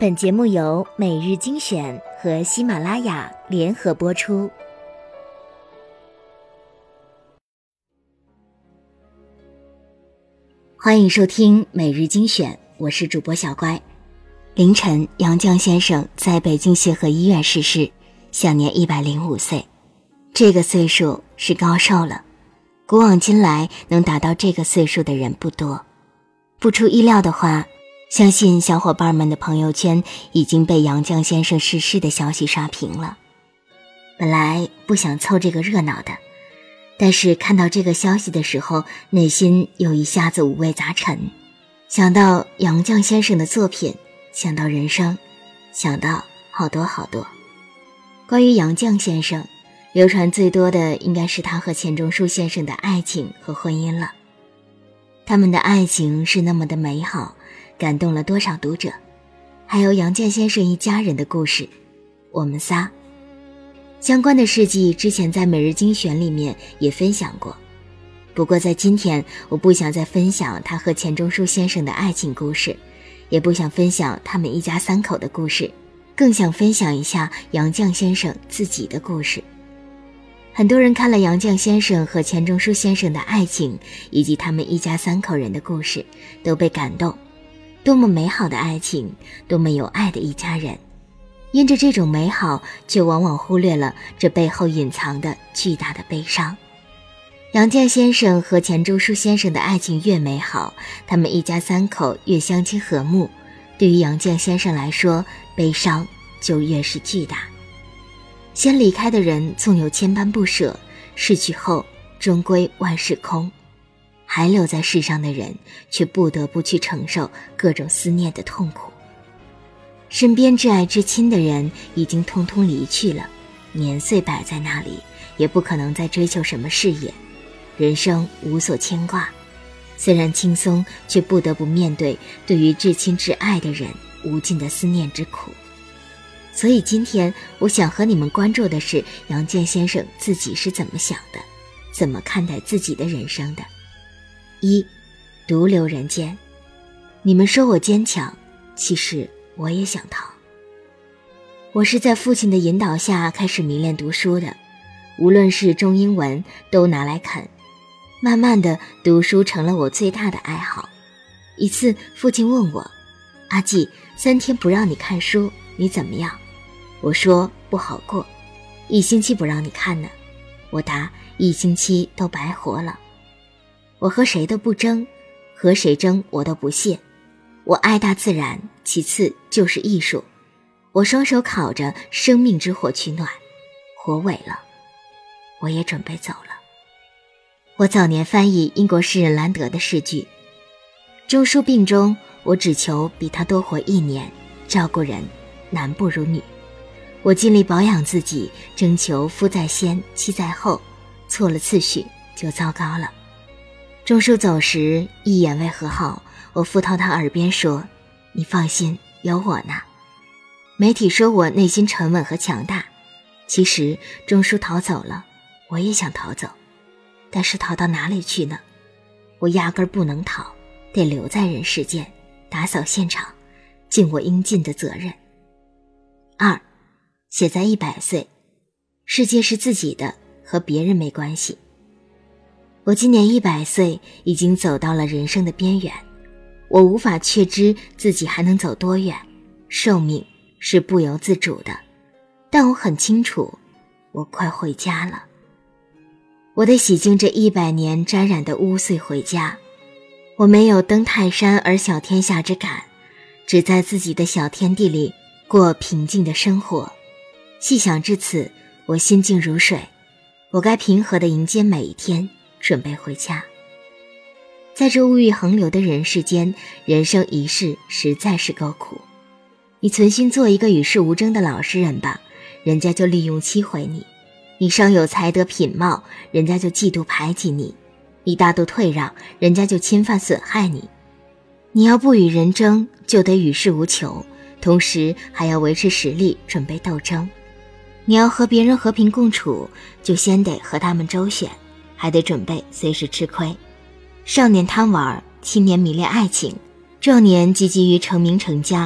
本节目由每日精选和喜马拉雅联合播出。欢迎收听每日精选，我是主播小乖。凌晨，杨绛先生在北京协和医院逝世，享年105岁。这个岁数是高寿了，古往今来能达到这个岁数的人不多。不出意料的话，相信小伙伴们的朋友圈已经被杨绛先生逝世的消息刷屏了。本来不想凑这个热闹的，但是看到这个消息的时候，内心又一下子五味杂陈。想到杨绛先生的作品，想到人生，想到好多好多。关于杨绛先生，流传最多的应该是他和钱钟书先生的爱情和婚姻了。他们的爱情是那么的美好，感动了多少读者。还有杨绛先生一家人的故事，我们仨相关的事迹之前在每日精选里面也分享过，不过在今天我不想再分享他和钱钟书先生的爱情故事，也不想分享他们一家三口的故事，更想分享一下杨绛先生自己的故事。很多人看了杨绛先生和钱钟书先生的爱情，以及他们一家三口人的故事，都被感动。多么美好的爱情，多么有爱的一家人，因着这种美好，却往往忽略了这背后隐藏的巨大的悲伤。杨绛先生和钱钟书先生的爱情越美好，他们一家三口越相亲和睦，对于杨绛先生来说，悲伤就越是巨大。先离开的人纵有千般不舍，逝去后终归万事空，还留在世上的人却不得不去承受各种思念的痛苦。身边挚爱至亲的人已经通通离去了，年岁摆在那里，也不可能再追求什么事业，人生无所牵挂，虽然轻松，却不得不面对对于至亲至爱的人无尽的思念之苦。所以今天我想和你们关注的是杨绛先生自己是怎么想的，怎么看待自己的人生的。一，独留人间。你们说我坚强，其实我也想逃。我是在父亲的引导下开始迷恋读书的，无论是中英文都拿来啃。慢慢的，读书成了我最大的爱好。一次父亲问我，阿季，3天不让你看书，你怎么样？我说不好过。1星期不让你看呢？我答1星期都白活了。我和谁都不争，和谁争我都不屑。我爱大自然，其次就是艺术。我双手烤着生命之火取暖，火萎了，我也准备走了。我早年翻译英国诗人兰德的诗句，钟书病中，我只求比他多活1年，照顾人难不如女。我尽力保养自己，征求夫在先，妻在后，错了次序就糟糕了。钟书走时一眼未和好，我附到他耳边说，你放心，有我呢。媒体说我内心沉稳和强大，其实钟书逃走了，我也想逃走，但是逃到哪里去呢？我压根儿不能逃，得留在人世间，打扫现场，尽我应尽的责任。2，写在100岁，世界是自己的，和别人没关系。我今年100岁，已经走到了人生的边缘，我无法确知自己还能走多远，寿命是不由自主的，但我很清楚，我快回家了。我得洗净这100年沾染的污秽回家。我没有登泰山而小天下之感，只在自己的小天地里过平静的生活。细想至此，我心静如水，我该平和地迎接每一天，准备回家。在这物欲横流的人世间，人生一世实在是够苦。你存心做一个与世无争的老实人吧，人家就利用欺毁你；你稍有才德品貌，人家就嫉妒排挤你；你大度退让，人家就侵犯损害你。你要不与人争，就得与世无求，同时还要维持实力，准备斗争。你要和别人和平共处，就先得和他们周旋，还得准备随时吃亏。少年贪玩，青年迷恋爱情，壮年积极于成名成家，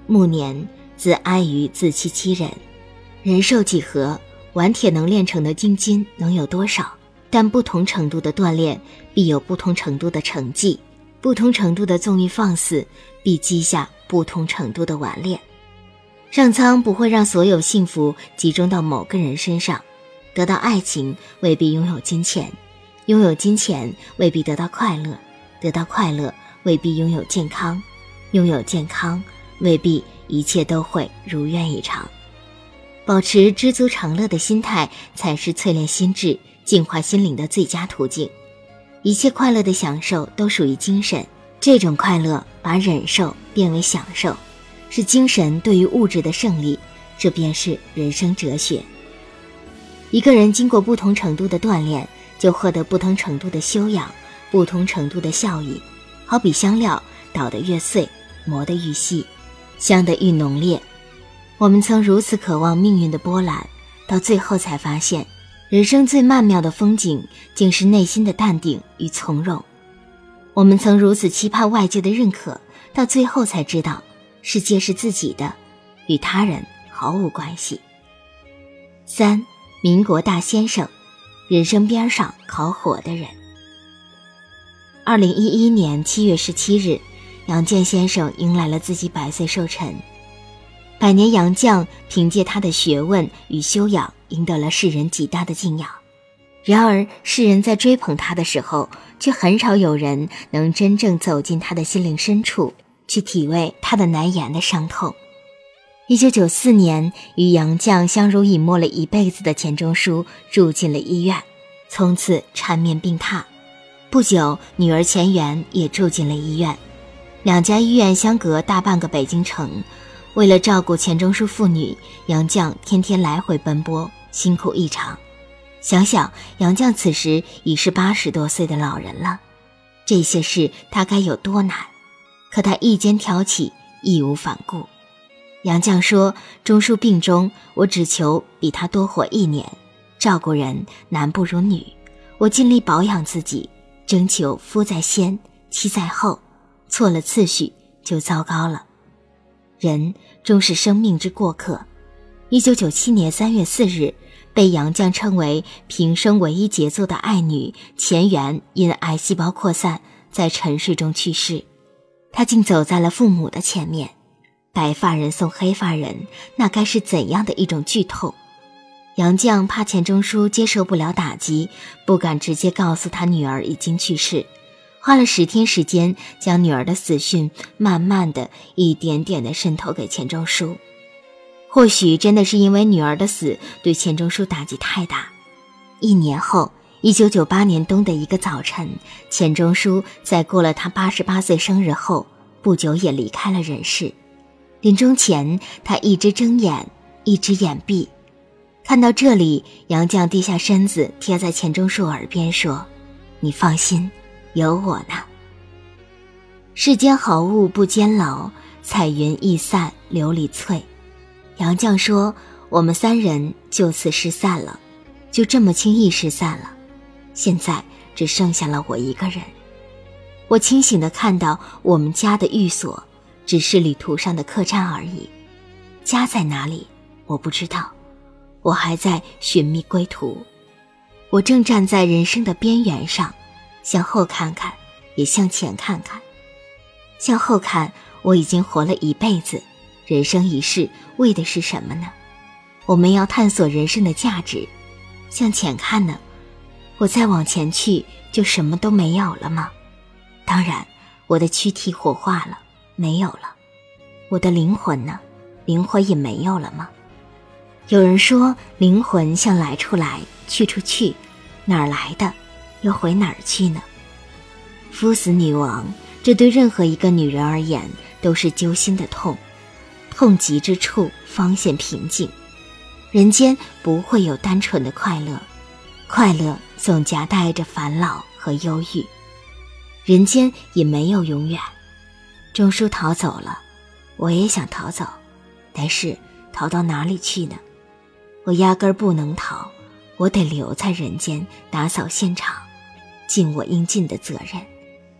暮年自哀于自欺欺人。人寿几何，顽铁能炼成的精金能有多少？但不同程度的锻炼必有不同程度的成绩，不同程度的纵欲放肆必积下不同程度的顽劣。上苍不会让所有幸福集中到某个人身上，得到爱情未必拥有金钱，拥有金钱未必得到快乐，得到快乐未必拥有健康，拥有健康未必一切都会如愿以偿。保持知足常乐的心态才是淬炼心智、净化心灵的最佳途径。一切快乐的享受都属于精神，这种快乐把忍受变为享受，是精神对于物质的胜利，这便是人生哲学。一个人经过不同程度的锻炼，就获得不同程度的修养，不同程度的效益。好比香料，捣得越碎，磨得愈细，香得愈浓烈。我们曾如此渴望命运的波澜，到最后才发现，人生最曼妙的风景竟是内心的淡定与从容。我们曾如此期盼外界的认可，到最后才知道，世界是自己的，与他人毫无关系。3. 民国大先生，人生边上烤火的人。2011年7月17日，杨绛先生迎来了自己100岁寿辰。百年杨绛凭借他的学问与修养赢得了世人极大的敬仰，然而世人在追捧他的时候，却很少有人能真正走进他的心灵深处，去体味他的难言的伤痛。1994年，与杨绛相濡以沫了一辈子的钱钟书住进了医院，从此缠绵病榻。不久，女儿钱媛也住进了医院，两家医院相隔大半个北京城。为了照顾钱钟书父女，杨绛天天来回奔波，辛苦异常。想想杨绛此时已是80多岁的老人了，这些事他该有多难，可他一肩挑起，义无反顾。杨绛说，钟书病中，我只求比他多活1年，照顾人难不如女，我尽力保养自己，征求夫在先，妻在后，错了次序就糟糕了。人终是生命之过客。1997年3月4日，被杨绛称为平生唯一杰作的爱女钱媛因癌细胞扩散在沉睡中去世。她竟走在了父母的前面，白发人送黑发人，那该是怎样的一种剧痛。杨绛怕钱钟书接受不了打击，不敢直接告诉他女儿已经去世，花了10天时间将女儿的死讯慢慢的一点点的渗透给钱钟书。或许真的是因为女儿的死对钱钟书打击太大。1年后，1998年冬的一个早晨，钱钟书在过了他88岁生日后不久也离开了人世。临终前，他一只睁眼，一只眼闭。看到这里，杨绛低下身子贴在钱钟书耳边说，你放心，有我呢。世间好物不坚牢，彩云易散琉璃脆。杨绛说，我们3人就此失散了，就这么轻易失散了。现在只剩下了我一个人。我清醒地看到，我们家的寓所只是旅途上的客栈而已，家在哪里我不知道，我还在寻觅归途。我正站在人生的边缘上，向后看看，也向前看看。向后看，我已经活了一辈子，人生一世为的是什么呢？我们要探索人生的价值。向前看呢，我再往前去就什么都没有了吗？当然，我的躯体火化了，没有了。我的灵魂呢？灵魂也没有了吗？有人说，灵魂像来处来，去处去，哪儿来的，又回哪儿去呢？夫死女亡，这对任何一个女人而言都是揪心的痛，痛极之处方显平静。人间不会有单纯的快乐，快乐总夹带着烦恼和忧郁。人间也没有永远。钟书逃走了，我也想逃走，但是逃到哪里去呢？我压根儿不能逃，我得留在人间打扫现场，尽我应尽的责任。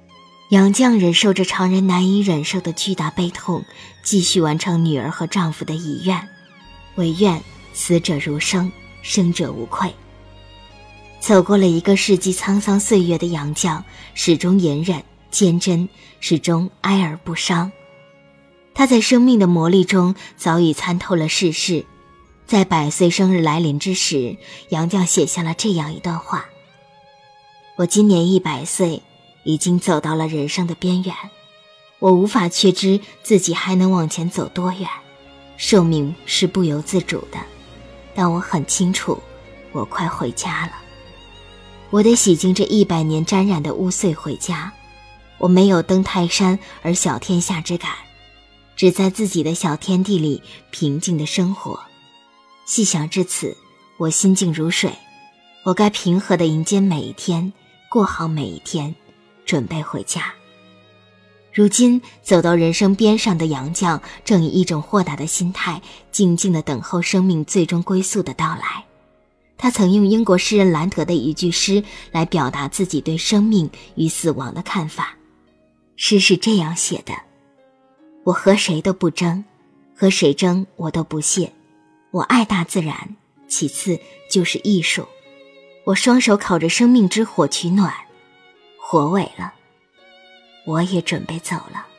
杨绛忍受着常人难以忍受的巨大悲痛，继续完成女儿和丈夫的遗愿，唯愿死者如生，生者无愧。走过了1个世纪沧桑岁月的杨绛，始终隐忍坚贞，始终哀而不伤。她在生命的磨砺中早已参透了世事，在100岁生日来临之时，杨绛写下了这样一段话：我今年100岁，已经走到了人生的边缘，我无法确知自己还能往前走多远，寿命是不由自主的，但我很清楚，我快回家了。我得洗净这100年沾染的污秽回家，我没有登泰山而小天下之感，只在自己的小天地里平静地生活。细想至此，我心静如水，我该平和地迎接每一天，过好每一天，准备回家。如今走到人生边上的杨绛，正以一种豁达的心态，静静地等候生命最终归宿的到来。他曾用英国诗人兰德的一句诗来表达自己对生命与死亡的看法。诗是这样写的：我和谁都不争，和谁争我都不屑。我爱大自然，其次就是艺术。我双手烤着生命之火取暖，火萎了，我也准备走了。